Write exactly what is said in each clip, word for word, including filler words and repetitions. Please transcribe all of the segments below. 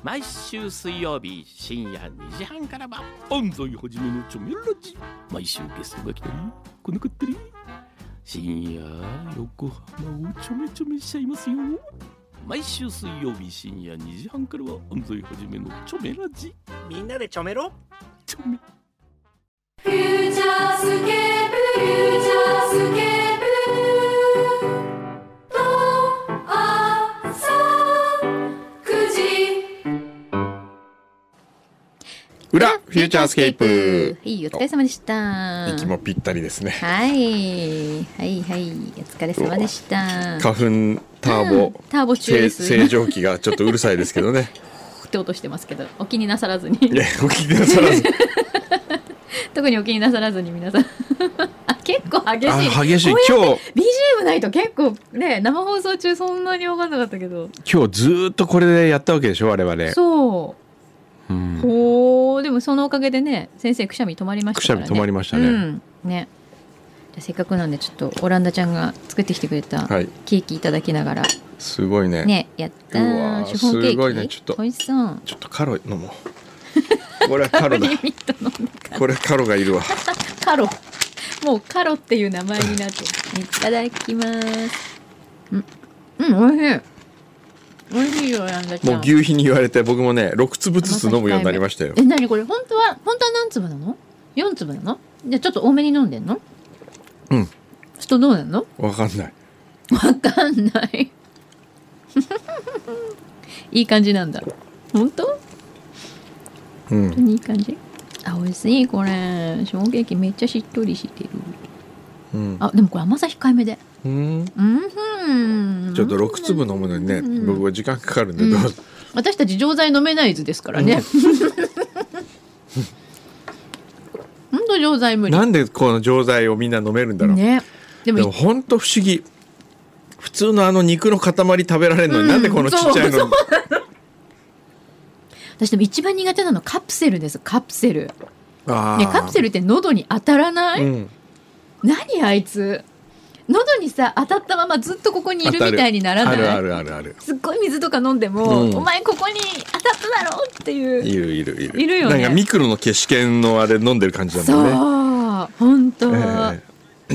毎週水曜日深夜にじはんからは安西はじめのチョメラジ。毎週ゲストが来たり来なかったり、深夜横浜をちょめちょめしちゃいますよ。毎週水曜日深夜にじはんからは安西はじめのチョメラジ。 みんなでちょめろチョメ。 フューチャースケープ、フューチャースケープと朝くじ裏フューチャースケープ。 はい、お疲れ様でした。 息もぴったりですね。 はいはいはい、お疲れ様でした。 花粉ターボ、うん、 ターボ中です。 清浄機がちょっとうるさいですけどね。 って音してますけど、お気になさらずに。 いや、お気になさらず。 特にお気になさらずに皆さん。あ、結構激しい。 あ、激しい。今日ビージーエム ないと結構ね、生放送中そんなに分かんなかったけど。 今日ずっとこれでやったわけでしょ、我々。 そう。 うん、 ほー、でもそのおかげでね、先生くしゃみ止まりましたからね。 くしゃみ止まりましたね。 うん、ね。じゃあせっかくなんでちょっとオランダちゃんが作ってきてくれたケーキいただきながら。はい、 すごいね。 ね、やったー。シフォンケーキ。 すごいね、ちょっと。 美味しそう。 ちょっとカロ飲もう。これはカロだ。これカロがいるわ。 カロ。もうカロっていう名前になっていただきます。うん、うん、美味しい。美味しいよ、オランダちゃん。 もう牛皮に言われて僕もねろく粒ずつ飲むようになりましたよ。 え、なにこれ本当は本当は何粒なの？よん粒なの？じゃあちょっと多めに飲んでんの？ うん。 ちょっとどうなの？ わかんない。 わかんない。いい感じなんだ。本当？うん。本当にいい感じ。あ、美味しいこれ。シフォンケーキめっちゃしっとりしてる。うん。あ、でもこれ甘さ控えめで。うん。うん。 ちょっとろく粒飲むのにね、うん、僕は時間かかるんでどうぞ、うん、 私たち錠剤飲めない図ですからね。本当錠剤無理。 なんでこの錠剤をみんな飲めるんだろう。ね。でも本当不思議。普通のあの肉の塊食べられるのに、うん、なんでこのちっちゃいの。そうそう私でも一番苦手なのカプセルです。カプセル。あ、ね、カプセルって喉に当たらない？うん、何あいつ。喉にさ当たったままずっとここにいるみたいにならない？ あるあるあるある。 すっごい水とか飲んでも、うん、お前ここに当たっただろっていう。 いるいるいる。 いるよね。 なんかミクロの消し券のあれ飲んでる感じなんだよね。 そう本当。えー、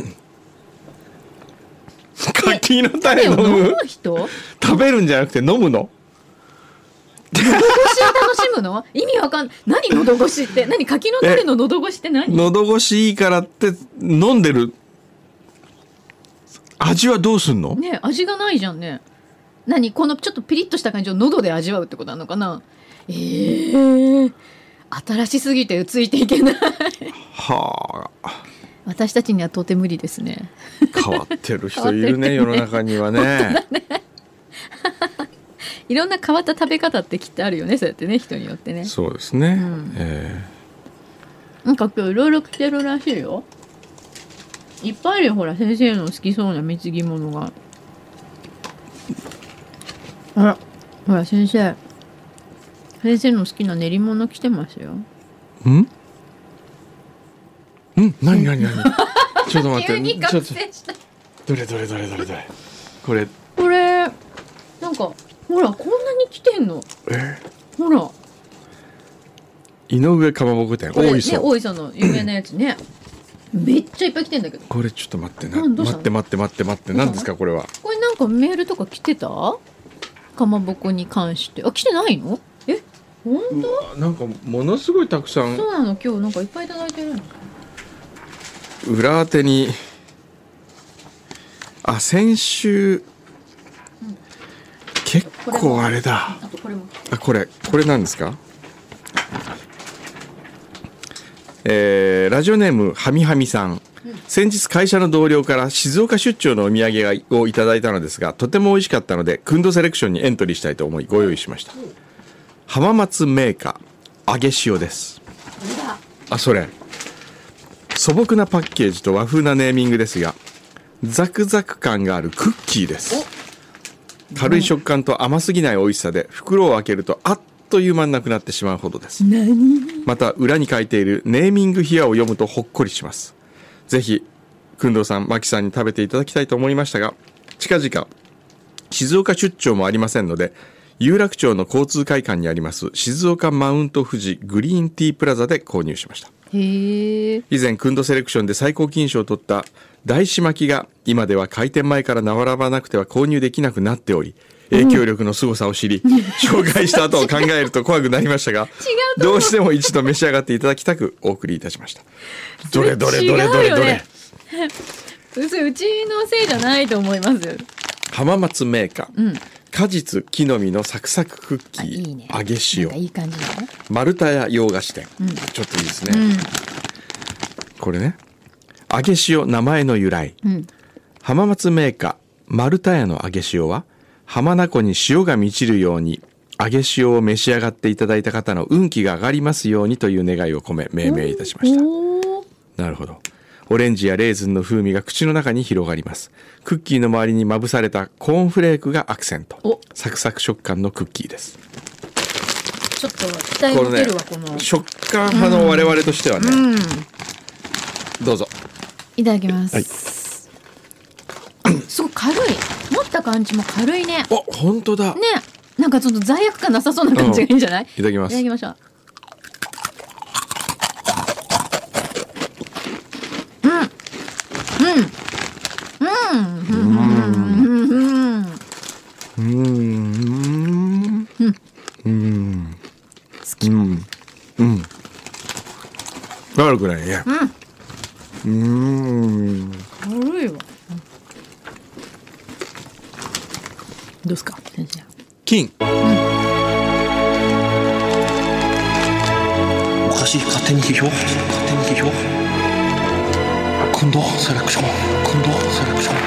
柿の種飲む？ 飲む人？ 食べるんじゃなくて飲むの？ 喉越しを楽しむの？意味わかんない。何喉越しって？何柿の種の喉越しって何？ 喉越しいいからって飲んでる。味はどうすんの？ね、 味がないじゃんね。何このちょっとピリッとした感じを喉で味わうってことなのかな。えー、新しすぎてついていけない。はあ。私たちにはとて無理ですね。 変わってる人いるね、世の中にはね。ねいろんな変わった食べ方ってきっとあるよね、そうやってね、人によってね。 そうですね。うん、えー、なんか今日いろいろ来てるらしいよ。いっぱいあるよ、ほら先生の好きそうな貢ぎ物が。あら、ほら先生先生の好きな練り物来てますよ。 ん？ん？何何何？ちょっと待って。 急に覚醒した。 どれどれどれどれどれ。これこれなんかほらこんなに来てんの。えー、ほら。 井上かまぼこ店。 大磯。ね、大磯の有名なやつね。めっちゃいっぱい来てんだけど。 これちょっと待ってな。待って待って待って待って。何ですかこれは。 これなんかメールとか来てた？かまぼこに関して。あ、来てないの？え、本当？ なんかものすごいたくさん。 そうなの、今日なんかいっぱいいただいてるの。 裏当てに。あ、先週。うん、結構あれだ。あとこれも。あ、これこれなんですか？えー、ラジオネームはみはみさん、うん、先日会社の同僚から静岡出張のお土産をいただいたのですが、とても美味しかったのでクンドセレクションにエントリーしたいと思いご用意しました。うん、浜松銘菓揚げ塩です。あ、それ素朴なパッケージと和風なネーミングですがザクザク感があるクッキーです。軽い食感と甘すぎない美味しさで袋を開けるとあっという間になくなってしまうほどです。また裏に書いているネーミング秘話を読むとほっこりします。ぜひ工藤さん、牧さんに食べていただきたいと思いましたが、近々静岡出張もありませんので、 有楽町の交通会館にあります静岡マウント富士グリーンティープラザで購入しました。 へえ。 以前クンドセレクションで最高金賞を取った大師巻きが今では開店前から並ばなくては購入できなくなっており、影響力の凄さを知り、うん、紹介した後を考えると怖くなりましたがどうしても一度召し上がっていただきたくお送りいたしました。どれどれどれどれどれうちうちのせいじゃないと思います。 浜松メーカー、うん、果実木の実のサクサククッキー、 いいね、 揚げ塩、 いい感じだね。 丸太屋洋菓子店、うん、ちょっといいですね、うん、これね、揚げ塩名前の由来、うん、浜松メーカー丸太屋の揚げ塩は浜名湖に潮が満ちるように揚げ塩を召し上がっていただいた方の運気が上がりますようにという願いを込め命名いたしました。なるほど。オレンジやレーズンの風味が口の中に広がります。クッキーの周りにまぶされたコーンフレークがアクセント。サクサク食感のクッキーです。 ちょっと期待持てるわ、この、 ね、食感派の我々としてはね、うん、どうぞいただきます、 はい、 すごい軽い、持った感じも軽いね。 あ、本当だね。 なんかちょっと罪悪感なさそうな感じがいいんじゃない？いただきます。 いただきましょう。 うんうんうんうんうん好き。うんうん悪くないね。うんうん悪いわ。どうですか先生。 金、うん、 おかしい、勝手に批評勝手に批評今度セレクション今度セレクション今度セレクション。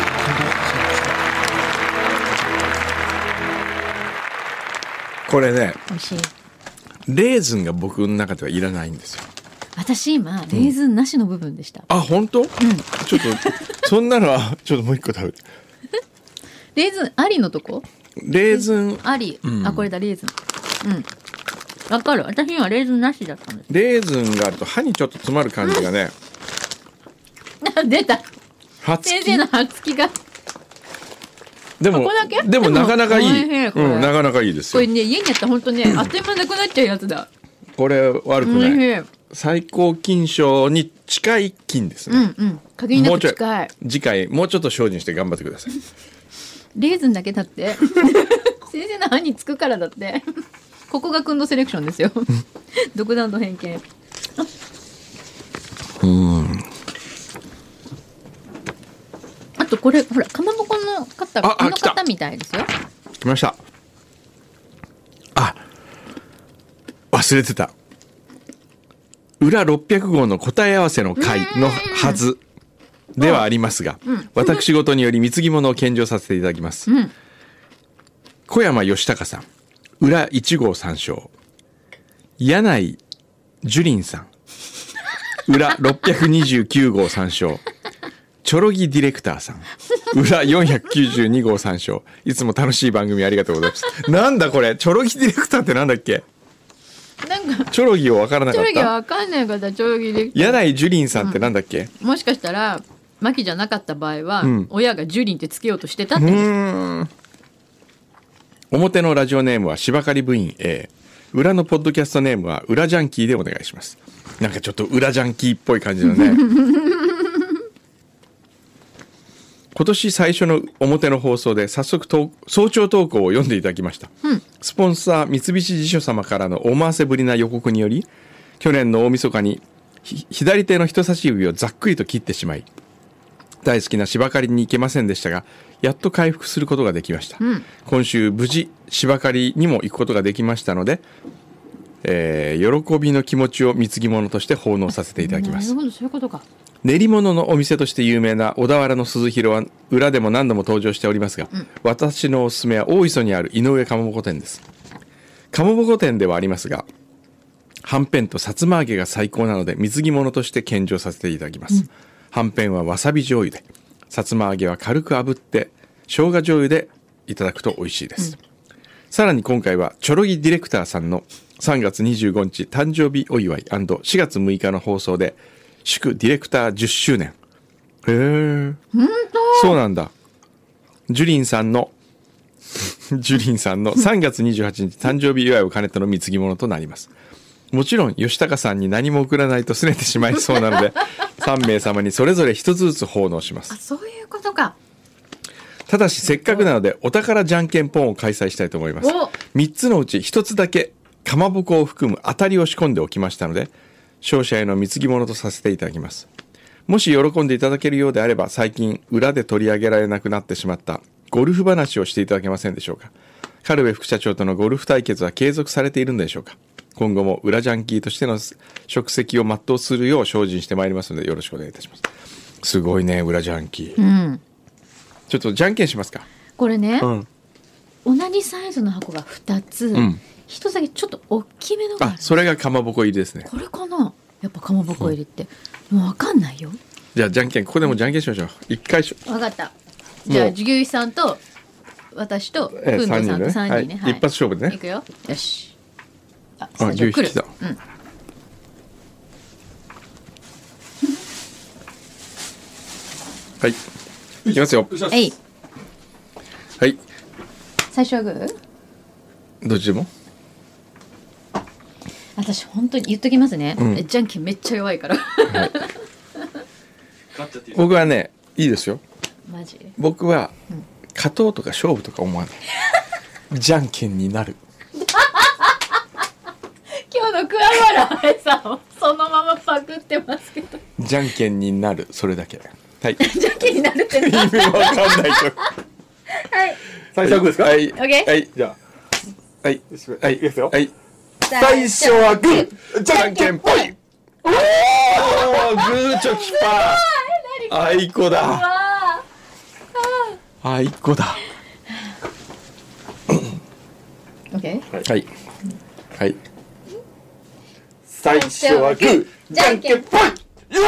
これね、 美味しい。 レーズンが僕の中ではいらないんですよ。 私今レーズンなしの部分でした、 うん、あ、本当？うん、ちょっとそんなのはちょっともう一個食べてレーズンありのとこ？ レーズンあり、うん、あ、これだレーズン。うんわかる。私にはレーズンなしだったんです。 レーズンがあると歯にちょっと詰まる感じがね、 うん、出た先生の歯付きがでもここだけでもなかなかいい、 いうん、なかなかいいですよ。 これね、家にあったら本当ね、あっという間なくなっちゃうやつだ。 これ悪くない。最高金賞に近い金ですね。 うんうん。限りなく近い。 次回もうちょっと精進して頑張ってください。 レーズンだけだって先生の歯につくからだってここがクンドセレクションですよ独断と偏見。 うん。 あとこれほらかまぼこの型、この型みたいですよ。 来ました。あ、忘れてた。裏ろっぴゃくごうの答え合わせの回のはずではありますが、うん、私事により貢ぎ物を献上させていただきます、うん、小山義孝さん、裏いちごう参照。柳井樹林さん、裏ろっぴゃくにじゅうきゅうごう参照。チョロギディレクターさん、裏よんひゃくきゅうじゅうにごう参照。いつも楽しい番組ありがとうございます。なんだこれ、チョロギディレクターってなんだっけ。 なんかチョロギを分からなかった。 チョロギは分かんない方、チョロギディレクター。 柳井樹林さんってなんだっけ、 うん、もしかしたらマキじゃなかった場合は、うん、親が樹林ってつけようとしてたってこと。うーん、 表のラジオネームは芝刈り部員 A、 裏のポッドキャストネームは裏ジャンキーでお願いします。なんかちょっと裏ジャンキーっぽい感じだね今年最初の表の放送で早速と早朝投稿を読んでいただきました、うん、スポンサー三菱地所様からのお回せぶりな予告により、去年の大晦日に左手の人差し指をざっくりと切ってしまい、大好きな芝刈りに行けませんでしたが、やっと回復することができました、うん、今週無事芝刈りにも行くことができましたので、えー、喜びの気持ちを貢ぎ物として奉納させていただきます。 なるほど、そういうことか。 練り物のお店として有名な小田原の鈴廣は裏でも何度も登場しておりますが、うん、私のおすすめは大磯にある井上かまぼこ店です。かまぼこ店ではありますが、はんぺんとさつま揚げが最高なので貢ぎ物として献上させていただきます、うん、はんぺんはわさび醤油で、さつま揚げは軽く炙って生姜醤油でいただくと美味しいです、うん、さらに今回はチョロギディレクターさんのさんがつにじゅうごにち誕生日お祝い&しがつむいかの放送で祝ディレクターじゅっしゅうねん。へえ、 本当？ そうなんだ。ジュリンさんのジュリンさんのさんがつにじゅうはちにち誕生日祝いを兼ねての貢ぎ物となります。もちろん吉高さんに何も送らないと拗ねてしまいそうなのでさんめい様にそれぞれ一つずつ奉納します。 あ、そういうことか。 ただしせっかくなのでお宝じゃんけんポンを開催したいと思います。 おみっつのうちひとつだけかまぼこを含む当たりを仕込んでおきましたので勝者への貢ぎ物とさせていただきます。もし喜んでいただけるようであれば最近裏で取り上げられなくなってしまったゴルフ話をしていただけませんでしょうか。カルベ副社長とのゴルフ対決は継続されているのでしょうか。今後も裏ジャンキーとしての職責を全うするよう精進してまいりますのでよろしくお願いいたします。すごいね裏ジャンキー、 うん、 ちょっとじゃんけんしますか。 これね、 うん、 同じサイズの箱がふたつ、 うん、 ひとつだけちょっと大きめのがある。 あ、それがかまぼこ入りですね。 これかな、やっぱかまぼこ入りって、うん、もう分かんないよ。 じゃあじゃんけん、ここでもじゃんけんしましょう。一回し分かった。じゃあ牛井さんと私とくんどさんとさんにんね、はい、 一発勝負でね。 いくよ。よし。あ、 あ、牛引きだ。 うん。 はい。いきますよ。 はい。 はい。 最初はグー？ どっちでも。 私本当に言っときますね。 うん、 じゃんけんめっちゃ弱いから。はい、 僕はね、いいですよ。 マジ？ 僕は、 うん、 勝とうとか勝負とか思わない。じゃんけんになる。 今日の桑原愛さんをそのままパクってますけど。 じゃんけんになる、それだけ。はい。 じゃんけんになるって意味わかんないと。はい。 最初はグーですか？ はい。 オッケー。 はい。じゃあ。 はい。 はい。いいですよ。 はい。 最初はグー。 じゃんけんぽい。おお、グーチョキパー。あいこだ。あいこだ。 オッケー。 はい。はい。 最初はグー。じゃんけんぽい。よっし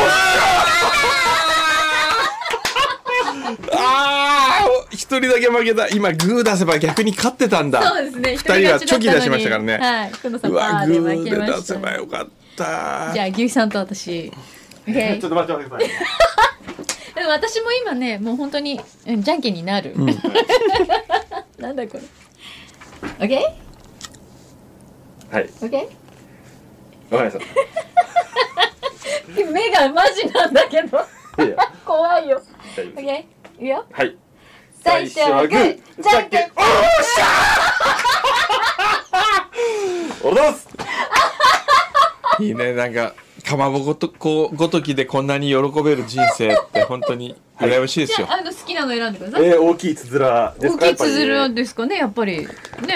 ゃー。ああ、一人だけ負けた。今グー出せば逆に勝ってたんだ。 そうですね。 二人はチョキ出しましたからね。 はい。くのさんうわ、グーで負けました。 出せばよかった。 じゃあ牛さんと私。オッケー。 ちょっと待ってください。 でも私も今ね、もう本当に、うん、じゃんけんになる。うん、なんだこれ。オッケー？はい。オッケー？わかりました。 目がマジなんだけど。 いや怖いよ。オッケー？いくよ。 はい。 最初はグー、じゃんけん。おーしゃー。おどす。 いいね、なんかかまぼことこうごときでこんなに喜べる人生って本当に羨ましいですよ。 じゃあ、あの好きなの選んでください。 えー、大きいつづらですか？ 大きいつづらですかね、やっぱりね。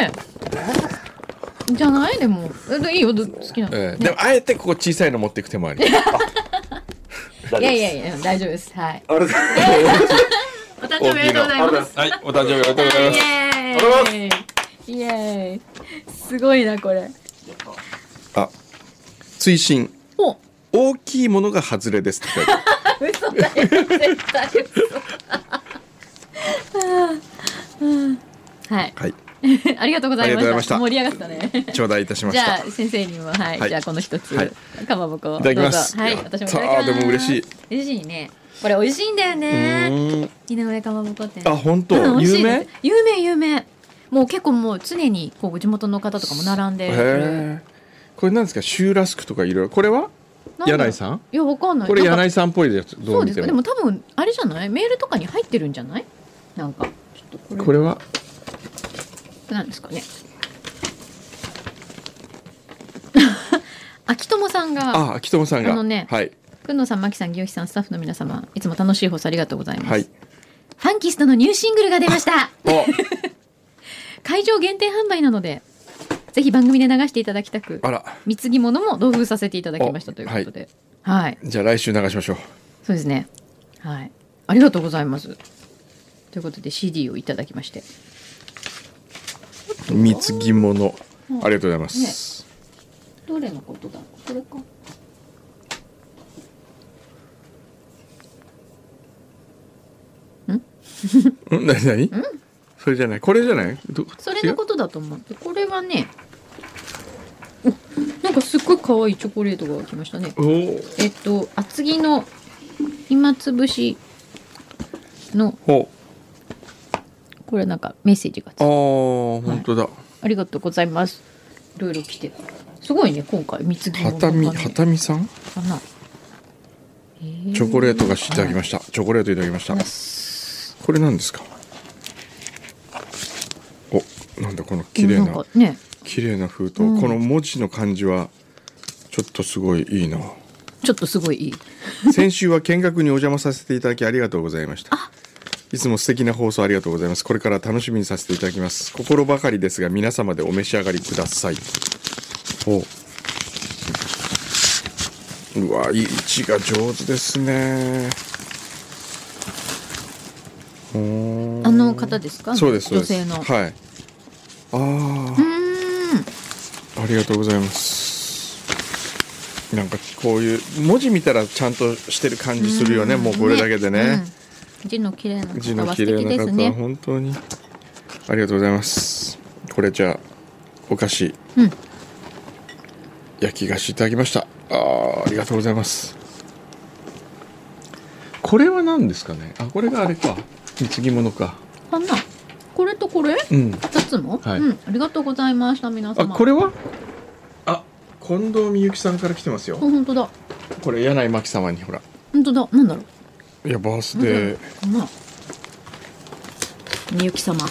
じゃないでもいいよ、好きなの、 えーね、 でもあえてここ小さいの持っていく手もある。いやいやいや、大丈夫です。はい。 あれお誕生日おめでとうございます。 はい、お誕生日おめでとうございます。 イエーイ。イエーイ。すごいなこれ。 あ、追伸。 お、 大きいものが外れですって書いてある。 嘘だよ、絶対嘘。はい。 はい。 ありがとうございました。 ありがとうございました。 盛り上がったね。 頂戴いたしました。 じゃあ先生にも、はい、はい、じゃあこの一つ、はい、かまぼこをいただきます。 はい、私もいただきます。 あ、でも嬉しい。 嬉しいね。これ美味しいんだよね。井上かまぼこって。 あ、本当。 うん、 有名？ 有名有名。もう結構もう常にこう地元の方とかも並んでる。 これなんですか？シューラスクとかいろいろ。これは？柳井さん？ いや、わかんない。 これ柳井さんっぽいやつ。 そうですか。でも多分あれじゃない？メールとかに入ってるんじゃない？なんかちょっとこれ。 これは？ なんですかね。秋友さんが。 あ、秋友さんが。 あのね。 はい。 くんのさん、まきさん、ぎよひさん、スタッフの皆様、いつも楽しい放送ありがとうございます。はい。ファンキストのニューシングルが出ました。会場限定販売なので。ぜひ番組で流していただきたく、あら、貢ぎ物も同封させていただきましたということで、はい、はい、 じゃあ来週流しましょう。 そうですね。はい、ありがとうございます。ということで シーディー をいただきまして、 貢ぎ物、うん、ありがとうございます。 ね、どれのことだ？これか。ん？ ん？なになに？ん？それじゃない、これじゃない？ それのことだと思う。これはね、なんかすっごい可愛いチョコレートが来ましたね。えっと厚木の暇つぶしのこれなんかメッセージがついてああ本当だ。 ありがとうございます。いろいろ来てる。すごいね今回貢ぎ物はたみはたみさんかな。 チョコレートがいただきました。チョコレートいただきました。これ何ですか。お、なんだこの綺麗な、 なんかね、 綺麗な封筒、 うんこの文字の感じはちょっとすごいいいな。 ちょっとすごいいい。 先週は見学にお邪魔させていただきありがとうございました。いつも素敵な放送ありがとうございます。これから楽しみにさせていただきます。心ばかりですが皆様でお召し上がりください。おうわ、位置が上手ですね。 あの方ですか。 そうですそうです。 女性の。 はい。あうーん。 あ、ありがとうございます。なんかこういう文字見たらちゃんとしてる感じするよね。 うんもうこれだけでね。 うん、字の綺麗な字の方は素綺麗な方は敵ですね。 本当にありがとうございます。これじゃあお菓子、 うん、 焼き菓子いただきました。あーありがとうございます。これは何ですかね。あ、これがあれか、貢ぎ物か。 かな。これとこれ、 うん二つも、 はいうん、ありがとうございました皆あ、 様。 これはあ、近藤美幸さんから来てますよ。 あ、本当だこれ柳井真紀様にほら、 本当だ。なんだろう。 いやバースデー、 かな。みゆき様。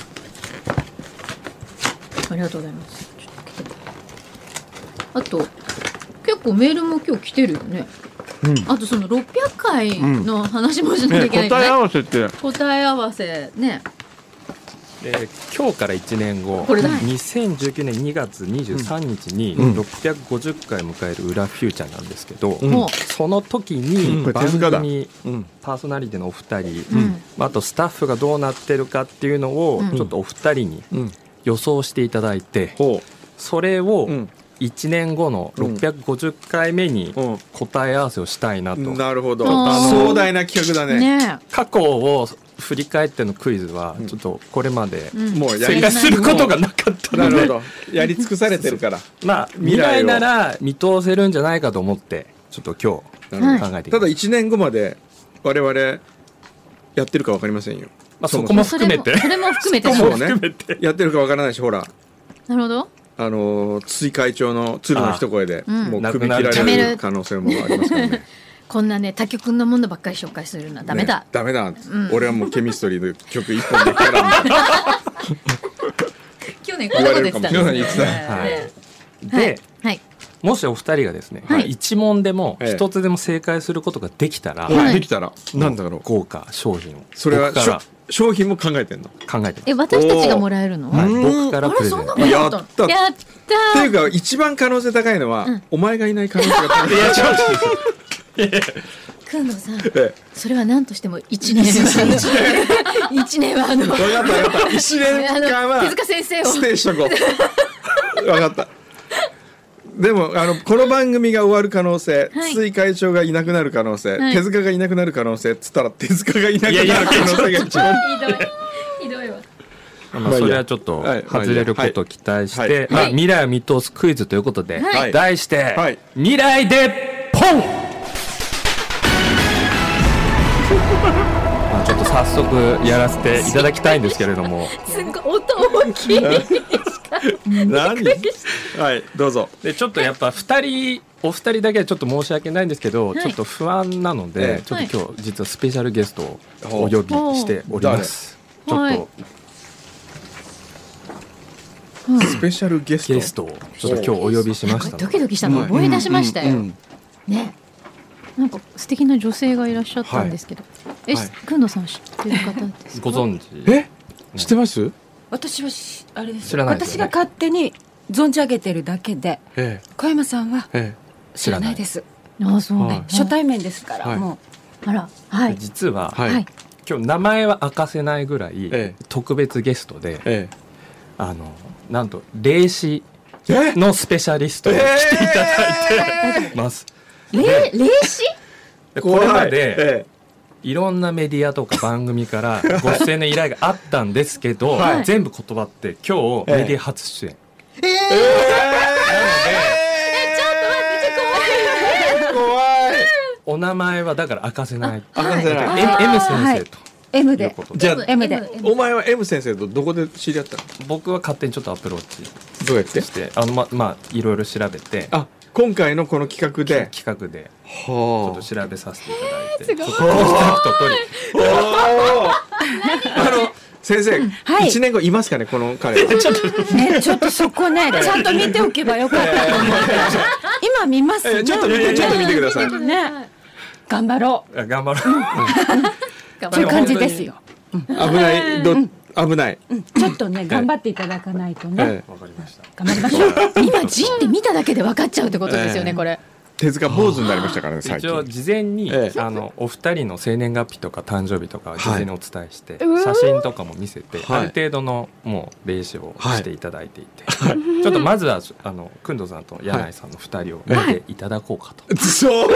ありがとうございます。ちょっと来てくれ。あと結構メールも今日来てるよね。 うんあとそのろっぴゃっかいの話もしなきゃいけないんだね。 答え合わせって答え合わせね。 で今日からいちねんご、 これだにせんじゅうきゅうねんにがつにじゅうさんにちにうんろっぴゃくごじゅっかい迎える裏フューチャーなんですけど、 うんもその時うんにこれ手番塚だ組うんパーソナリティのお二人、 う、うん、 あとスタッフがどうなってるかっていうのをうんちょっとお二人にうん予想していただいて、 ほそれをううんいちねんごのろっぴゃくごじゅっかいめにうん答え合わせをしたいなと。 なるほど。 あー壮大な企画だね。 ね過去を振り返ってのクイズはちょっとこれまでえ、うんもうやり正解することがなかったので、 なるほど。やり尽くされてるから。 まあ未未来を来なら見通せるんじゃないかと思ってちょっと今日なるほど考えてきました。 ただいちねんごまで我々やってるか分かりませんよ。 まあそこも含めてそれもそれも含めてそうね含めてやってるか分からないし、ほらなるほど。 あのー筒井会長の鶴の一声であうんもう首切らやめるれる可能性もありますからね。 こんなね他局のものばっかり紹介するのはダメだ、 ねダメだ、 ん俺はもうケミストリーの曲一本でいくからみたいな去年こんなこと言ってたんです言われるかもしれないねはいねで、 はいもしお二人がですね、 はい一問でもええ一つでも正解することができたら、 はいできたらなんだろう。 豪華商品をそれはしょ僕から商品も考えてんの。 考えてえ私たちがもらえるの、 はい、 うん僕からあれプレゼント。 そんなことあったやったやったっていうか一番可能性高いのは、 うんお前がいない可能性が高い。いやちょっくんのさんとえそれは何としても一年は一年はあの分かった分かった。一年あ間はの手塚先生をステイしとこう。分かった。でもあのこの番組が終わる可能性、 はい筒井会長がいなくなる可能性、 はい手塚がいなくなる可能性っつったら手塚がいなくなる可能性が一番。 ひどいひどいわまあ、 まあいいやそれはちょっとはい外れることを期待して、 はいはいまあ、 はい未来を見通すクイズということで、 はい題して、 はい未来でポンまあちょっと早速やらせていただきたいんですけれどもすごい音大きい何？はいどうぞ。 でちょっとやっぱふたりお二人だけはちょっと申し訳ないんですけど、 はいちょっと不安なので、 ええちょっと今日実はスペシャルゲストをお呼びしております。ちょはいっとスペシャルゲスト。 ゲストをちょっと今日お呼びしましたのでドキドキしたの覚え出しましたよ、 うんうんうんねなんか素敵な女性がいらっしゃったんですけど、え、 はいくんのさん知ってる方ですかご存知え知ってます？ 私はしあれです知らないですよね私が勝手に存じ上げてるだけでえ小山さんはええ知らないですああそうね、 はい初対面ですから、 はいもあらはい実は、 えはい、 はい今日名前は明かせないぐらいええ特別ゲストで、 えあのなんと霊視ええのスペシャリストに来ていただいてます。 霊霊視でこれまでえいろんなメディアとか番組からご出演の依頼があったんですけど、 はい全部断って今日メディア初出演、 えええ怖い。 お名前はだから明かせない。 明かせない。 エ M 先生と、 エム でいうことでじゃあ M でお前は M 先生とどこで知り合ったの？ 僕は勝手にちょっとアプローチどうやってしてあのままあいろいろ調べてあ今回のこの企画で企画でちょっとは調べさせていただいて、 えーすごいちょっとコンタクト取りああの先生、 はい一年後いますかねこの彼は。ちょっとね、ちょっとそこね、ちゃんと見ておけばよかったと思って。今見ますね。 ちょっと見てちょっと見てください。 ね、頑張ろあ頑張ろう。という感じですよ。 危ないど危ない。 うんちょっとね、頑張っていただかないとね。 ええうわかりました頑張りましょう。 今ジンって見ただけで分かっちゃうってことですよね、 ええこれ。 手塚坊主になりましたからね最一応近。 事前に、 ええあのお二人の生年月日とか誕生日とかは事前にお伝えして、 はい写真とかも見せて、 はいある程度のもう霊視をしていただいていて、ちょっとまずはあの工藤さんと柳井さんの二人を見ていただこうかと、 そう。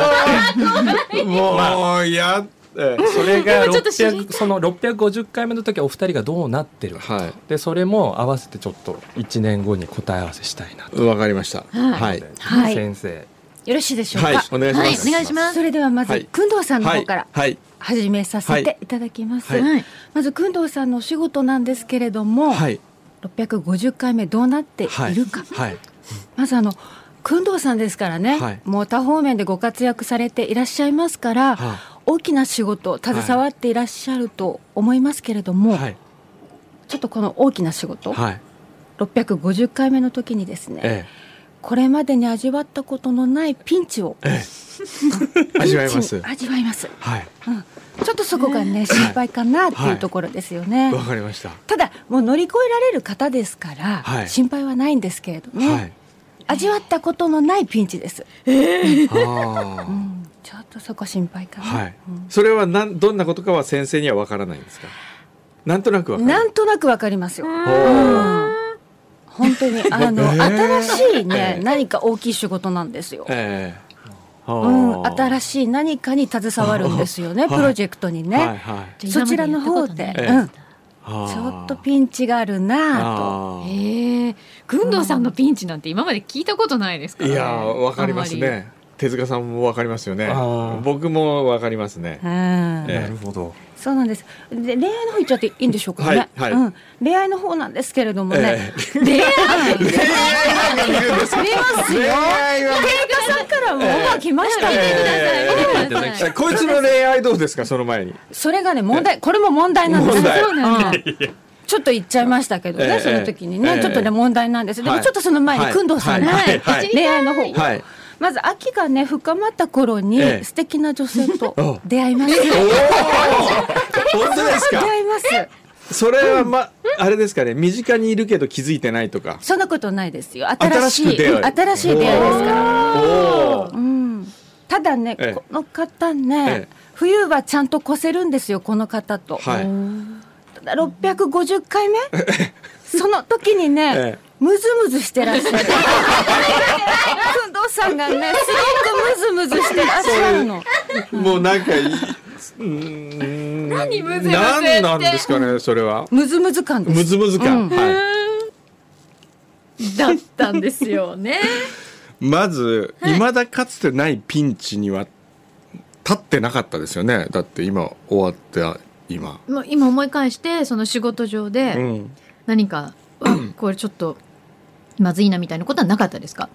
もうやっええそれがでもちょっと知りたいろっぴゃくそのろっぴゃくごじゅっかいめの時はお二人がどうなってるか、 はでそれも合わせてちょっといちねんごに答え合わせしたいなといわかりました。はいではい先生よろしいでしょうか。 はいお願いしはい、 ます。 お願いします。 それではまず、 はい工藤さんの方からはい始めさせていただきます。 はいはい。 まず工藤さんのお仕事なんですけれども、 はいろっぴゃくごじゅっかいめどうなっていはいるか。 はいまずあの工藤さんですからね、 はいもう多方面でご活躍されていらっしゃいますから、 は大きな仕事携わっていらっしゃると思いますけれども、 はいちょっとこの大きな仕事、 はいろっぴゃくごじゅっかいめの時にですね、 えこれまでに味わったことのないピンチをえええ味わいます。 味わいます、 はいうん、ちょっとそこがね、心配かなっていうところですよね、 わかりました。 ただもう乗り越えられる方ですから、 はい心配はないんですけれどね、 はい。 味わったことのないピンチです、 あうあ。 ん、ちょっとそこ心配かな、 はいうん。 それはなんどんなことかは先生にはわからないんですか。なんとなくわかる。 なんとなくわかりますよ、 ほう本当にあの、 えー新しいね、 えー何か大きい仕事なんですよ、 ええうん、新ししい何かに携わるんですよね、 はいプロジェクトにね、 はいはい。 そちらの方で、 ええうん、 はあちょっとピンチがあるなぁと。 あーへえ、工藤さんのピンチなんて今まで聞いたことないですからね。 いやーわかりますあんまね。手塚さんもわかりますよねあー。 僕もわかりますね。 うんええなるほどそうなんです。で恋愛の方行っちゃっていいんでしょうかね。 はいはいうん、恋愛の方なんですけれどもね。 え恋愛恋愛が見るんですか。 見ますよ。 恋愛は手塚さんからもオファー来ましたね。 ええ見てくださいえこいつの恋愛どうですかその前に。 それがね問題、これも問題なんです問題そうなんだ。ちょっと言っちゃいましたけどね、 ええその時にね、 ええちょっとね問題なんです。ではいもちょっとその前にはい工藤さんの、 はいはい恋愛の方、 はい。 まず秋がね深まった頃に、 ええ素敵な女性とお出会います。 おお。本当ですか。 出会います。 それはまあれですかね。身近にいるけど気づいてないとか。 そんなことないですよ。新しい新しく出会いうん新しい出会いですから。 おお。 うん。ただね、 ええこの方ね、 ええ冬はちゃんと越せるんですよ、この方と。 はい。 ただろっぴゃくごじゅっかいめその時にね、 ええムズムズしてらっしゃる。工藤さんがね、すごくムズムズしてらっしゃるの。 もうなんかいい。うーん何ムズムズって何なんですかねそれは。 ムズムズ感です。 ムズムズ感。 うんはい。 だったんですよね。 まず、未だかつてないピンチには立ってなかったですよね。だって今終わった今。 もう今思い返してその仕事上うでん。 何か、あこれちょっとまずいなみたいなことはなかったですか？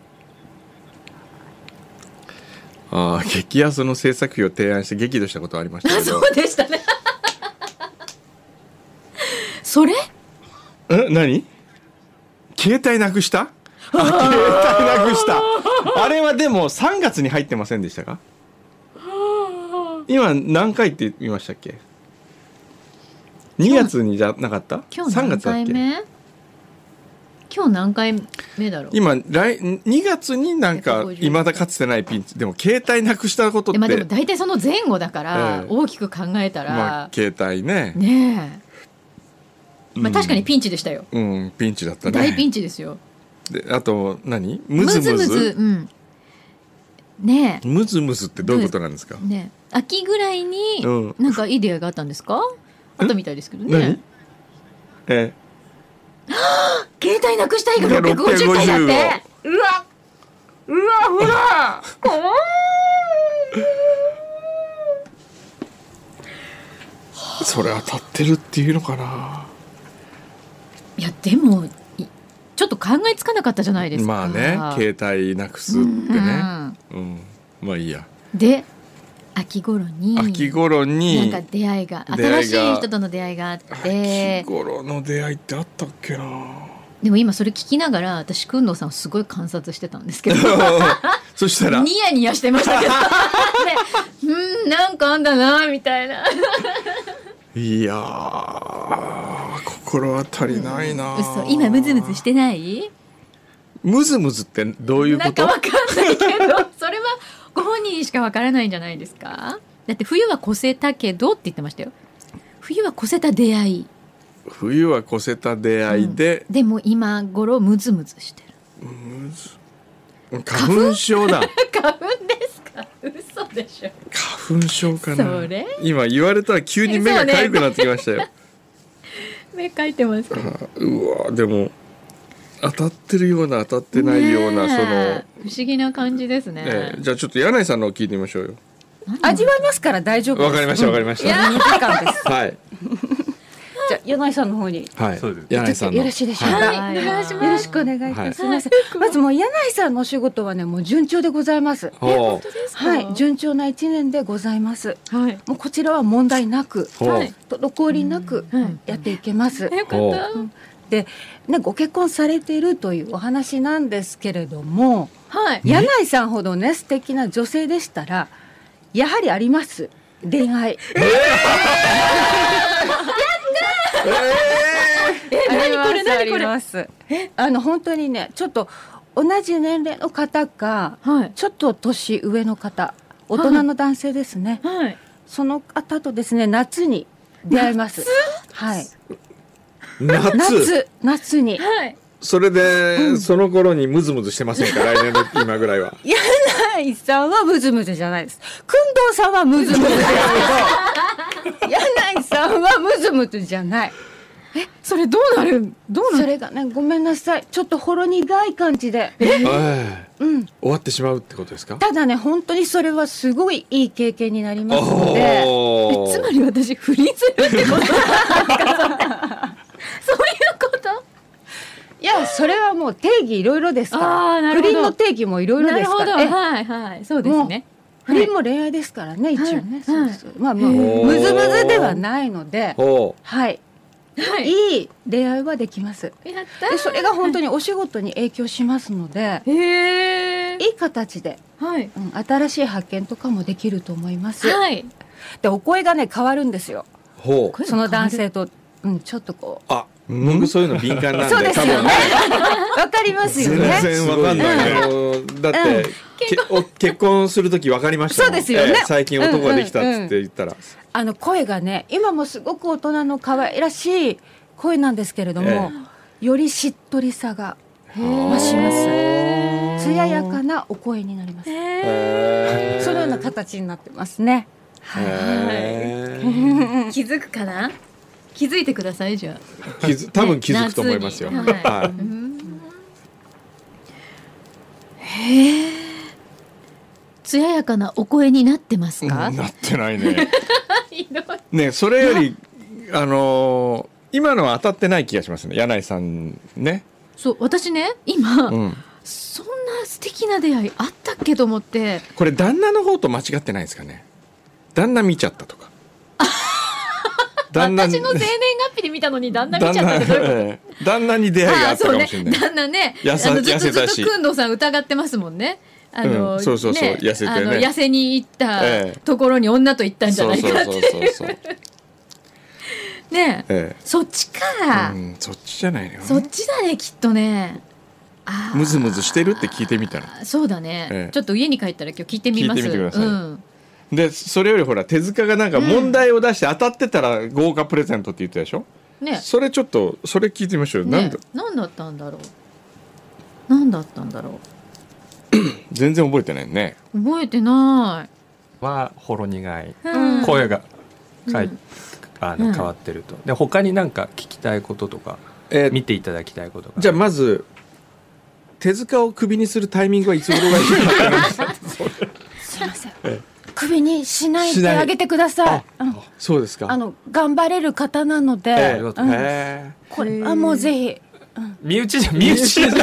ああ、激安の制作費を提案して激怒したことはありましたけど。 そうでしたね。それ？ え、何？携帯なくした？あ、携帯なくした。あれはでもさんがつに入ってませんでしたか？今何回って言いましたっけ？にがつにじゃなかった？ 今日何さんがつだっけ？ 回目？今日何回目だろう？ 今来にがつになんかひゃくごじゅう未だかつてないピンチでも携帯なくしたことってでまあでも大体その前後だから、 ええ大きく考えたら、 まあ携帯ねねえ、まあ、 うん確かにピンチでしたよ、 うんピンチだったね大ピンチですよ。 であと何ムズムズムズムズ、うん、ねムズムズってどういうことなんですか？ えねえ秋ぐらいにうんなんかいい出会いがあったんですか？あったみたいですけど何ね。 え携帯なくしたいがろっぴゃくごじゅっかいだって。うわうわほらそれ当たってるっていうのかな。 いやでもいちょっと考えつかなかったじゃないですか。 まあね、携帯なくすってね、 うんうん、まあいいや。 で秋頃に秋頃になんか出会いが出会いが新しい人との出会いがあって秋頃の出会いってあったっけな。 でも今それ聞きながら私くんどうさんをすごい観察してたんですけどそしたらニヤニヤしてましたけどでうんなんかあんだなみたいないやー心当たりないな、 うん、嘘今ムズムズしてない？ ムズムズってどういうこと？ なんかわかんないけどそれはご本人にしかわからないんじゃないですか。だって冬は越せたけどって言ってましたよ。冬は越せた出会い、 冬は越せた出会いで、 うん、でも今頃ムズムズしてる。 ムズ花粉症だ花粉ですか？嘘でしょ。 花粉症かな。 それ今言われたら急に目がかゆくなってきましたよ、 目かいてますか？ うわでも当たってるような当たってないような、 ねえその不思議な感じですね、 ええ、じゃあちょっと柳井さんのを聞いてみましょうよ。 味わいますから大丈夫です。 わかりましたわかりました、 にじかんですはいじゃあ柳井さんの方にはいそうです柳井さんのよろしいでしょうか。 はいお願いしますよろしくお願いいたします。すみません。まずもう柳井さんのお仕事はねもう順調でございます。 ほはい、順調な一年でございます。 はいもうこちらは問題なく、 うほう、 はい滞りなくうんやっていけます。 よかった、 ほうで、ね、ご結婚されているというお話なんですけれども、 はい柳井さんほどね素敵な女性でしたらやはりあります恋愛。 え何これ何こありれますあの本当にねちょっと同じ年齢の方かはいちょっと年上の方大人の男性ですね、 はいその方とですね夏に出会います。はい、 夏夏夏にはいそれで、その頃にムズムズしてませんか来年の今ぐらいは。 柳井さんはムズムズじゃないです。工藤さんはムズムズですけど柳井さんはムズムズじゃない。 それどうなるどうなるそれがねごめんなさいちょっとほろ苦い感じで、 ええうん、 終わってしまうってことですか？ ただね本当にそれはすごいいい経験になりますので、 おーつまり私不倫するってことなんですかそれそういうこといやそれはもう定義いろいろですから不あーなるほど倫の定義もいろいろなるほどですからえはいはいそうですね不倫も恋愛ですからね、一応ね、 はいそうそうまあもうおームズムズではないのでほはいはいいい恋愛はできます。 やったでそれが本当にお仕事に影響しますのでへえいい形で、 はいうん、新しい発見とかもできると思います。 はいでお声がね変わるんですようほう。 その男性と、うん、ちょっとこうあ、僕そういうの敏感なんで。 そうですよね多分わかりますよ全ね。 然わかんないね。あのだって、けお結婚するときわかりましたもん。 そうですよねええ最近男ができたっつって言ったら。 あの声がね今もすごく大人の可愛らしい声なんですけれども、よりしっとりさが増します。艶やかなお声になります。 へーそのような形になってますね。 へー気づくかな気づいてくださいじゃあ気づ多分気づくと思いますよ。 夏にはいは艶やかなお声になってますい。 か、 なってないね。 ひどいね、それよりあのー今のは当たってない気がしますね。柳井さんね。 そう私ね今、 うん。 そんな素敵な出会いあったっけと思ってこれ旦那の方と間違ってないですかね。旦那見ちゃったとか。旦那私の生年月日で見たのに旦那見ちゃったってどういうこと旦那ええ旦那に出会いがあったかもしれない。 あそうね、旦那ね痩せあのずっとずっ痩せたしとくんどうさん疑ってますもんねあの、 うんそうそうそう痩せてねあの痩せに行ったええところに女と行ったんじゃそうないかってそうそうそうそう。 ねえそっちえか、 うん、そっちじゃないのよ。 そっちだねきっとねあームズムズしてるって聞いてみたら。 そうだね、 ええちょっと家に帰ったら今日聞いてみます聞いてみてくださいうん、 でそれよりほら手塚がなんか問題を出して当たってたら豪華プレゼントって言ってたでしょ。 ねそれちょっとそれ聞いてみましょうよ。なんねだ何だったんだろう何だったんだろ全然覚えてないね。 う覚えてなはほろ苦いい、うん、 声がかい、 うんあうんの変わってると。で他になんか聞きたいこととかえー見ていただきたいことが。 じゃあまず手塚をクビにするタイミングはいつ頃がいいかなって話。 すいません。工首にしないであげてください。うんそうですか。 あの頑張れる方なので、 えありがとううんございますえこれはもうぜひ。 身内じゃ身内じゃない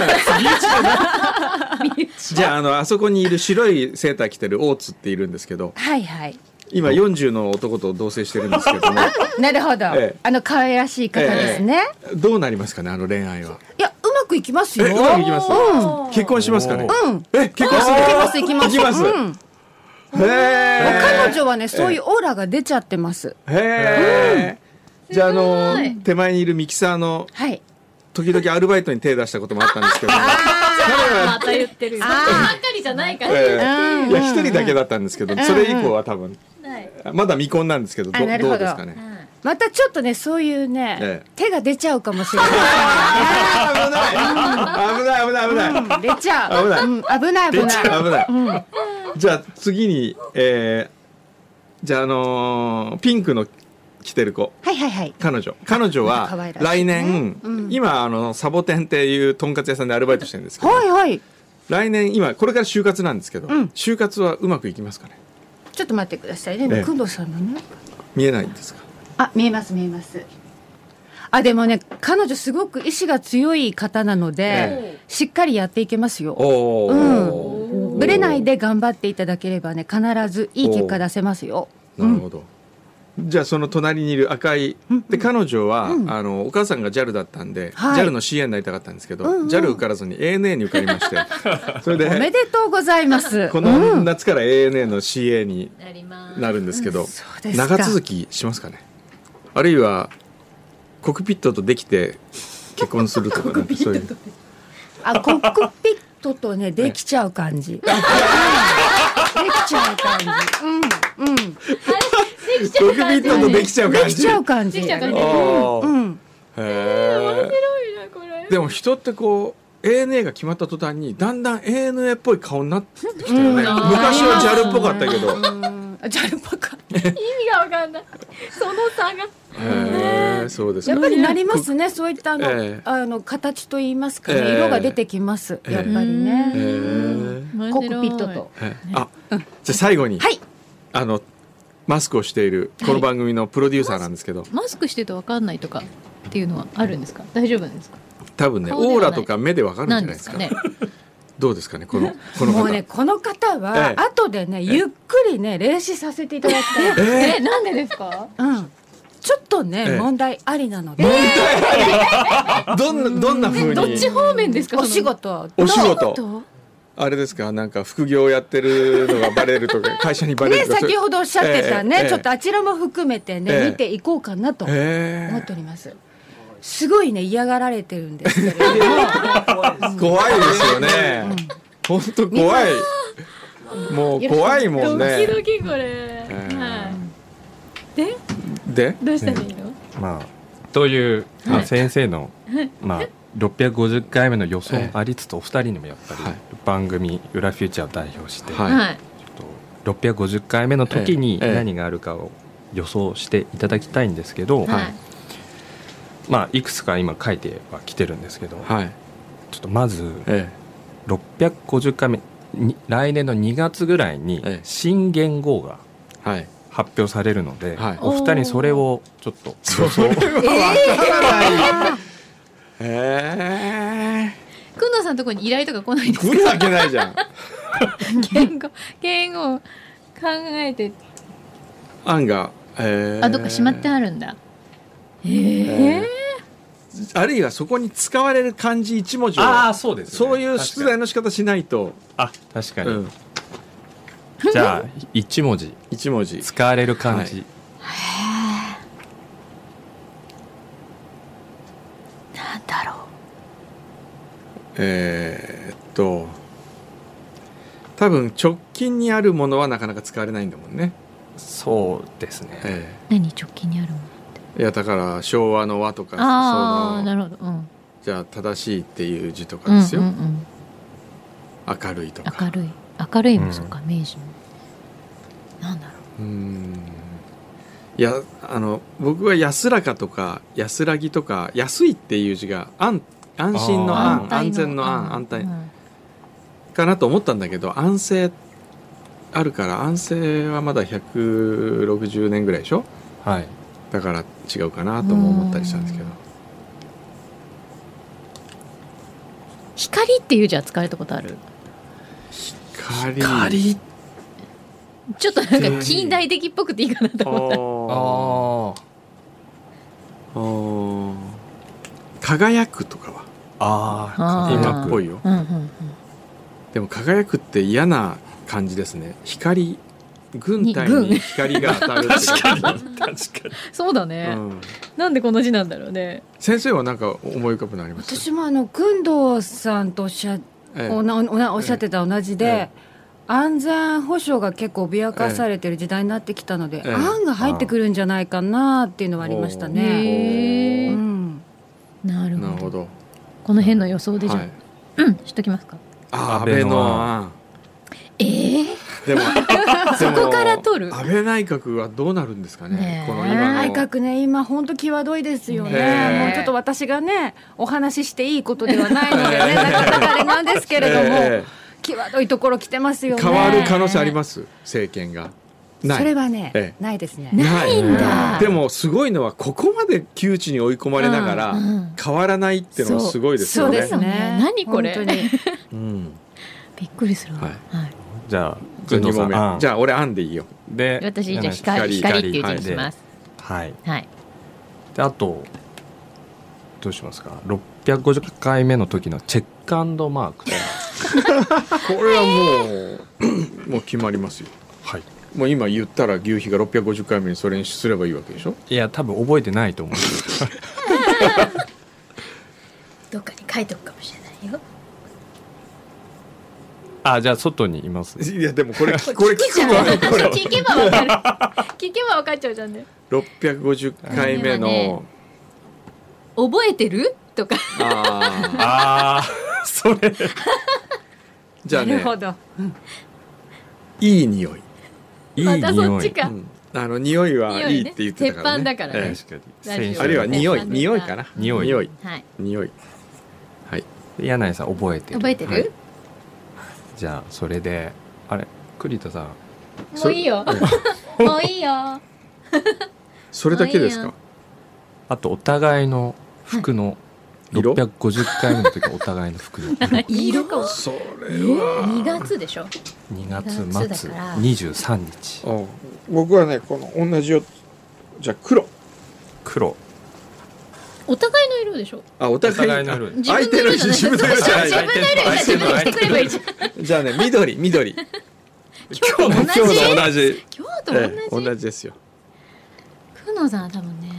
じゃあ、あのあそこにいる白いセーター着てる大津っているんですけど、 はいはい。 今よんじゅうの男と同棲してるんですけどもなるほど。 ええあの可愛らしい方ですね。 どうなりますかね、あの恋愛は。 いや、うまくいきますよ。 えうまくいきます、 うん結婚しますかね。 うん。 え結婚する。 行きます行きます。 行きますうんへえ彼女はね、そういうオーラが出ちゃってます。 へえ、じゃあ、あのすごい手前にいるミキサーのはい。 時々アルバイトに手出したこともあったんですけど、彼まはた言ってる。そんなばっかりじゃないから。 ええいや一人だけだったんですけど、それ以降は多分はいまだ未婚なんですけど、どあなるほどどうですかね。 またちょっとね、そういうね、 ええ手が出ちゃうかもしれない。 あー危ない危ない危ない危ないうん出ちゃう。 危ないうん危ない危ない。 危ない、じゃあ次に、えー、じゃあ、あのーピンクの着てる子、 はいはいはい。 彼女彼女は可愛らしいね来年、 うん今あのサボテンっていうとんかつ屋さんでアルバイトしてるんですけど、 はいはい。 来年今これから就活なんですけど、 うん就活はうまくいきますかね。 ちょっと待ってくださいね。 ええ工藤さんのね。 見えないんですか。 あ、見えます見えます。あ、でもね、彼女すごく意志が強い方なので、 えしっかりやっていけますよ。 おお、 ぶれないで頑張っていただければね、必ずいい結果出せますよ。 なるほど、じゃあその隣にいる赤いで彼女は、 うんあのお母さんが ジャル だったんで、 はいジャル の シーエー になりたかったんですけど、 うんうんジャル 受からずに エーエヌエー に受かりましてそれおめででとうございます。 この夏から エーエヌエー の シーエー になります。 なるんですけど、 そうですか長続きしますかね。あるいはコックピットとできて結婚するとかなんかそういうあ、コックピットとね、できちゃう感じ。できちゃう感じ。うん、うん。 コックピットとできちゃう感じ。 できちゃう感じ。 できちゃう感じあーうん。 へーこれ。 でも人ってこう エーエヌエー が決まった途端にだんだん エーエヌエー っぽい顔になってきたよね、 うん昔は ジャル っぽかったけど、 うんジャルパカ。 意味がわかんない。その差が。 へーそうですか。 やっぱりなりますね。そういったあの、 ええあの形といいますかね、 ええ色が出てきます。やっぱりへね。 ーコックピットと。 へーあ、じゃあ最後に、 はい。 あのマスクをしているこの番組のプロデューサーなんですけど、 マスクしてるとわかんないとかっていうのはあるんですか。大丈夫なんですか。 多分ね顔ではないオーラとか目でわかるんじゃななんいですか。 ですかね。 どうですかね、このこの方。 もうね、この方は、 ええ後でね、ゆっくりね、霊視させていただきたい。 ええ、なんでですか。 うん。ちょっとね、 ええ問題ありなので、 ーどんなどんな風にどっち方面ですか。 お仕事。 お仕事どうあれですか、なんか副業やってるのがバレるとか会社にバレね、 るとか、 先ほどおっしゃってたね、 ええちょっとあちらも含めてね、 ええ見ていこうかなと思えっております。すごいね、嫌がられてるんですけれども、 ー怖いですよね。本当怖い。もう怖いもんドキね。 ドキこれ。 えはい。で、 で、 どうしたらいいの。 まあという、まあ、先生の、まあ、ろっぴゃくごじゅっかいめの予想ありつつお二人にもやっぱりはい番組「裏フューチャー」を代表して、 はいはい。 とろっぴゃくごじゅっかいめの時にええ何があるかを予想していただきたいんですけど、 はい。 まあいくつか今書いてはきてるんですけど、 はい。 ちょっとまずえろっぴゃくごじゅっかいめに来年のにがつぐらいにええ新元号がえはい。 発表されるので、 はいお二人それをちょっと予想えくんのさんのところに依頼とか来ないんでー、 す来るわけないじゃん。 か。言語、言語を考えて、 案が、えー、 あ、どっかしまってあるんだ。えええ。 あるいはそこに使われる漢字一文字をああそうですねそういう出題の仕方しないと、 あ確かに、 うん、 じゃあ一文字一文字使われる漢字、 なんだろう。 えー、っと多分直近にあるものはなかなか使われないんだもんね、 そうですね、 え何直近にあるもの。 ーいやだから昭和の和とかああ、 そのなるほど。うん。 じゃあ正しいっていう字とかうんですよ、 うんうん。 明るいとか明るい。明るいもうんそうか、明治も。なんだろうーんいやあの僕は安らかとか安らぎとか安いっていう字が安安心のあ安安全の安安泰うんかなと思ったんだけど安静あるから安政はまだひゃくろくじゅうねんぐらいでしょ。 はい。 だから違うかなとも思ったりしたんですけど。 光っていう字は使われたことある？ 光光ちょっとなんか近代的っぽくていいかなと思った。 ああー輝くとかはああー今っぽいよ。 うんうんうんでも輝くって嫌な感じですね。光軍隊軍に光が当たるって確かに確かに。 そうだね、 うん、 なんでこの字なんだろうね。 先生はなんか思い浮かぶのあります？ 私もあの工藤さんとおっしゃ、 ええおなおなおっしゃってた同じで、 ええ安全保障が結構脅かされてる時代になってきたので、 ええ案が入ってくるんじゃないかなっていうのはありましたね。 へーうん、 なるほどなるほど。 この辺の予想でじゃあ、 はい、 うんしときますか。 あ安安倍の倍の案。 えー、 でもそこから取る安倍内閣はどうなるんですかね。 ねえこの今の内閣ね今本当際どいですよね。 ねえもうちょっと私がねお話ししていいことではないのでねなかなかあれなんですけれども、 え際どいところ来てますよね。 え変わる可能性あります政権が。ないそれはね、 ええないですね。 ないんだ。 でもすごいのはここまで窮地に追い込まれながらうんうん変わらないっていうのはすごいですよね。 そうですね。 何これ本当にうん。 びっくりするわ。 はいはいじゃあじゃあに問目あじゃあ俺案でいいよ。 で私じゃあ柳井さん光光っていう字にします。 はい。 はい。 であとどうしますか。ろっぴゃくごじゅっかいめの時のチェックアンドマークとこれはもうもう決まりますよ。 はい。 もう今言ったら牛皮がろっぴゃくごじゅっかいめにそれにすればいいわけでしょ。 いや多分覚えてないと思う。 どっかに書いておくかもしれないよ。 あじゃあ外にいます。 いやでもこれこれ聞くわよこれ。 聞けばわかる。聞けばわかっちゃうじゃんね。 ろっぴゃくごじゅっかいめの覚えてるとか。 あああそれ。 ーじゃあねなるほど。 いい匂い。 いいまたそ匂い。 っちか。 うんあの匂いはいいって言ってたからね。 匂いね鉄板だからねええ確かに。 ラジオ選手あるいは匂い鉄板匂いかな。 匂い匂いはい。 匂い。はい。 柳井さん覚えてる。 覚えてる？ はいじゃあそれであれ栗田さん。 もういいよ。もういいよ。 それだけですかもういいよ。 あとお互いの服の色ろっぴゃくごじゅっかいめの時お互いの服の色か。 それはにがつでしょ。 にがつにがつ末だからにじゅうさんにちうん僕はねこの同じよ。じゃあ黒。 黒。 お互いの色でしょ。 あおお互い互いの色。 自相手の分の色じゃない。 自分の色じゃない自分の色じゃ自分にしてくればいいじゃん。 じゃあね緑緑。 今日と同じ。 今日の同じ。 今日と同じ。 ええ同じですよ。 久野さんは多分ね。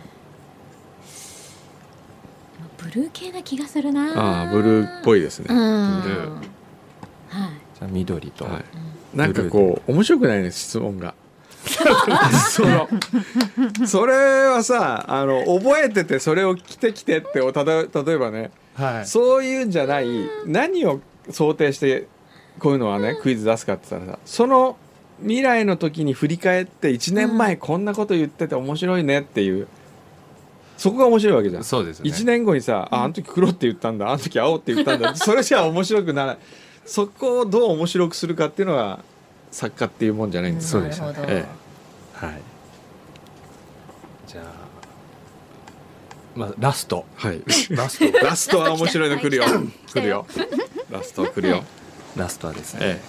ブルー系な気がするな。 ああブルーっぽいですね。 うん。 ブルーはい。 じゃあ緑と、 はい。なんかこう面白くないね質問が。そのそれはさあの覚えててそれを着てきてっておただ例えばねはいそういうんじゃない何を想定してこういうのはねクイズ出すかって言ったらさその未来の時に振り返っていちねんまえこんなこと言ってて面白いねっていうそこが面白いわけじゃん。 そうですね。 いちねんごにさああの時黒って言ったんだあの時青って言ったんだそれじゃ面白くならないそこをどう面白くするかっていうのが作家っていうもんじゃないんですよ。 そうですねなるほど。 えはい。じゃあまあラストはい。 ラストラストは面白いの来るよ。 来た来るよ。ラストは来るよ。 ラストはですね。 え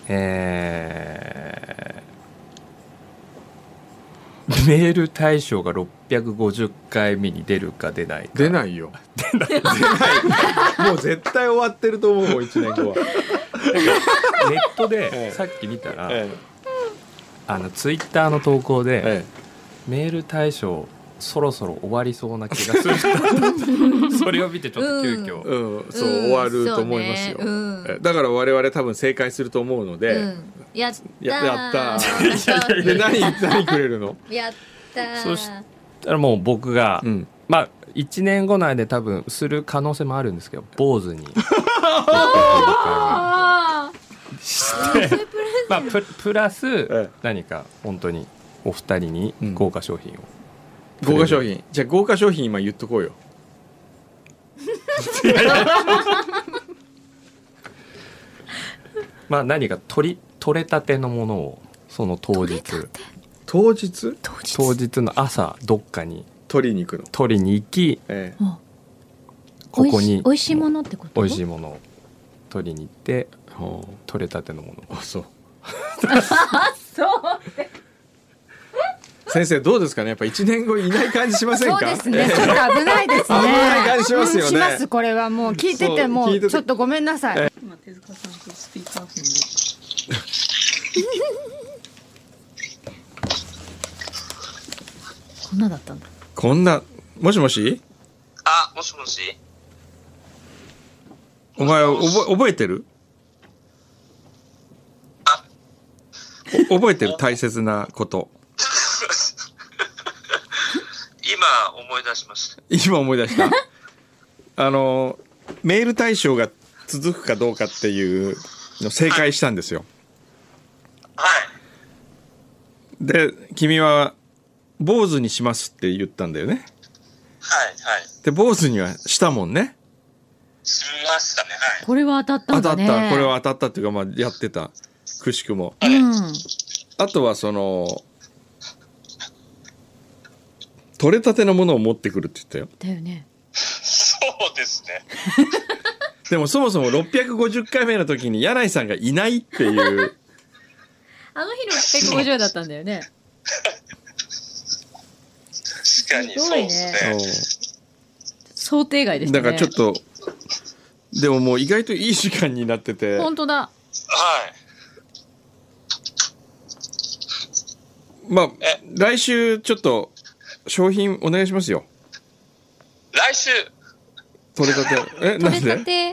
えーメール大賞がろっぴゃくごじゅっかいめに出るか出ないか。 え、出ないよ。出ない。出ない。もう絶対終わってると思うもん一年後は。 ネットええでさっき見たら、 えあのツイッターの投稿えで、 えメール大賞そろそろ終わりそうな気がするそれを見てちょっと急遽、 え、うん、そう、終わると思いますよ。 そうねうんえだから我々多分正解すると思うので、 うん、やったーややったーで何何くれるの？ やったーそしたらもう僕が、 うん。 まあいちねんご内で多分する可能性もあるんですけど坊主にあしてまあププラスえ何か本当にお二人にうん豪華商品を、 豪華商品。じゃあ豪華商品今言っとこうよ。 まあ何か取り取れたてのものをその当日当日当日の朝どっかに取りに行くの。 取りに行き、 ええ、 ここにおいしいものってこと？ おいしいものを取りに行って取れたてのもの。 あ、そう。 そう先生どうですかね。やっぱ一年後いない感じしませんか。 そうですね。ちょっと危ないですね。 危ない感じしますよね。 します。これはもう聞いててもそう聞いててちょっとごめんなさい。 今手塚さんとスピーカーフォンでこんなだったんだ。 こんな、もしもし。 あ、もしもし。 お前おぼ覚えてる？ あ、 お覚えてる大切なこと。 今思い出しました。 今思い出した。あのメール対象が続くかどうかっていうの正解したんですよ。 はい。 で君は坊主にしますって言ったんだよね。 はいはい。 で坊主にはしたもんね。 しましたね。はい。 これは当たった当んだね。 たった。これは当たったっていうか、まあやってた。くしくも。 うん。 あとはその取れたてのものを持ってくるって言ったよ。 だよね。 そうですね。 でもそもそもろっぴゃくごじゅっかいめの時に柳井さんがいないっていう。 あの日ろっぴゃくごじゅうだったんだよね。 確かにそうですね。 想定外でしたね。 だからちょっとでももう意外といい時間になってて。 本当だ。 はい。 まあ来週ちょっと商品お願いしますよ。 来週。 取れたて。え、なん取れたで？ て。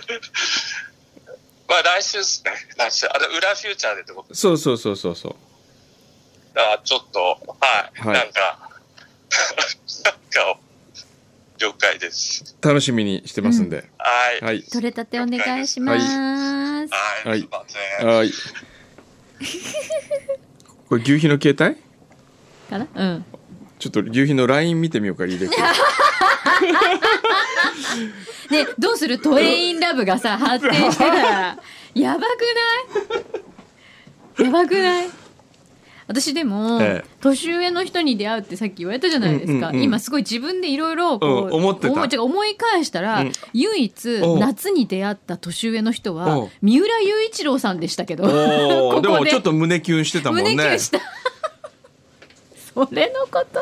まあ来週ですね。来週。あれ裏フューチャーでってこと。 そうそうそうそうそう。 あ、ちょっとはい。 はいなんかなんか了解です。 楽しみにしてますんで。 はい。 はい。 取れたてお願いします。 はい。 はいすいません。 はい。これ牛皮の携帯？ かな？うん。 ちょっと牛皮の ライン 見てみようか、履歴。 ね、どうする？トレインラブがさ発展してたらやばくない？やばくない？私でも、 ええ、 年上の人に出会うってさっき言われたじゃないですか。 うんうんうん、 今すごい自分でいろいろうん思ってた思い思い返したら、うん、唯一夏に出会った年上の人は三浦雄一郎さんでしたけどここででもちょっと胸キュンしてたもんね。 胸キュンしたそれのこと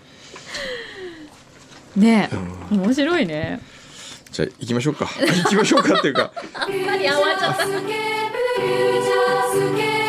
ねえ、うん、面白いね。 じゃあ行きましょうか行きましょうかっていうかあんまり慌ちゃった。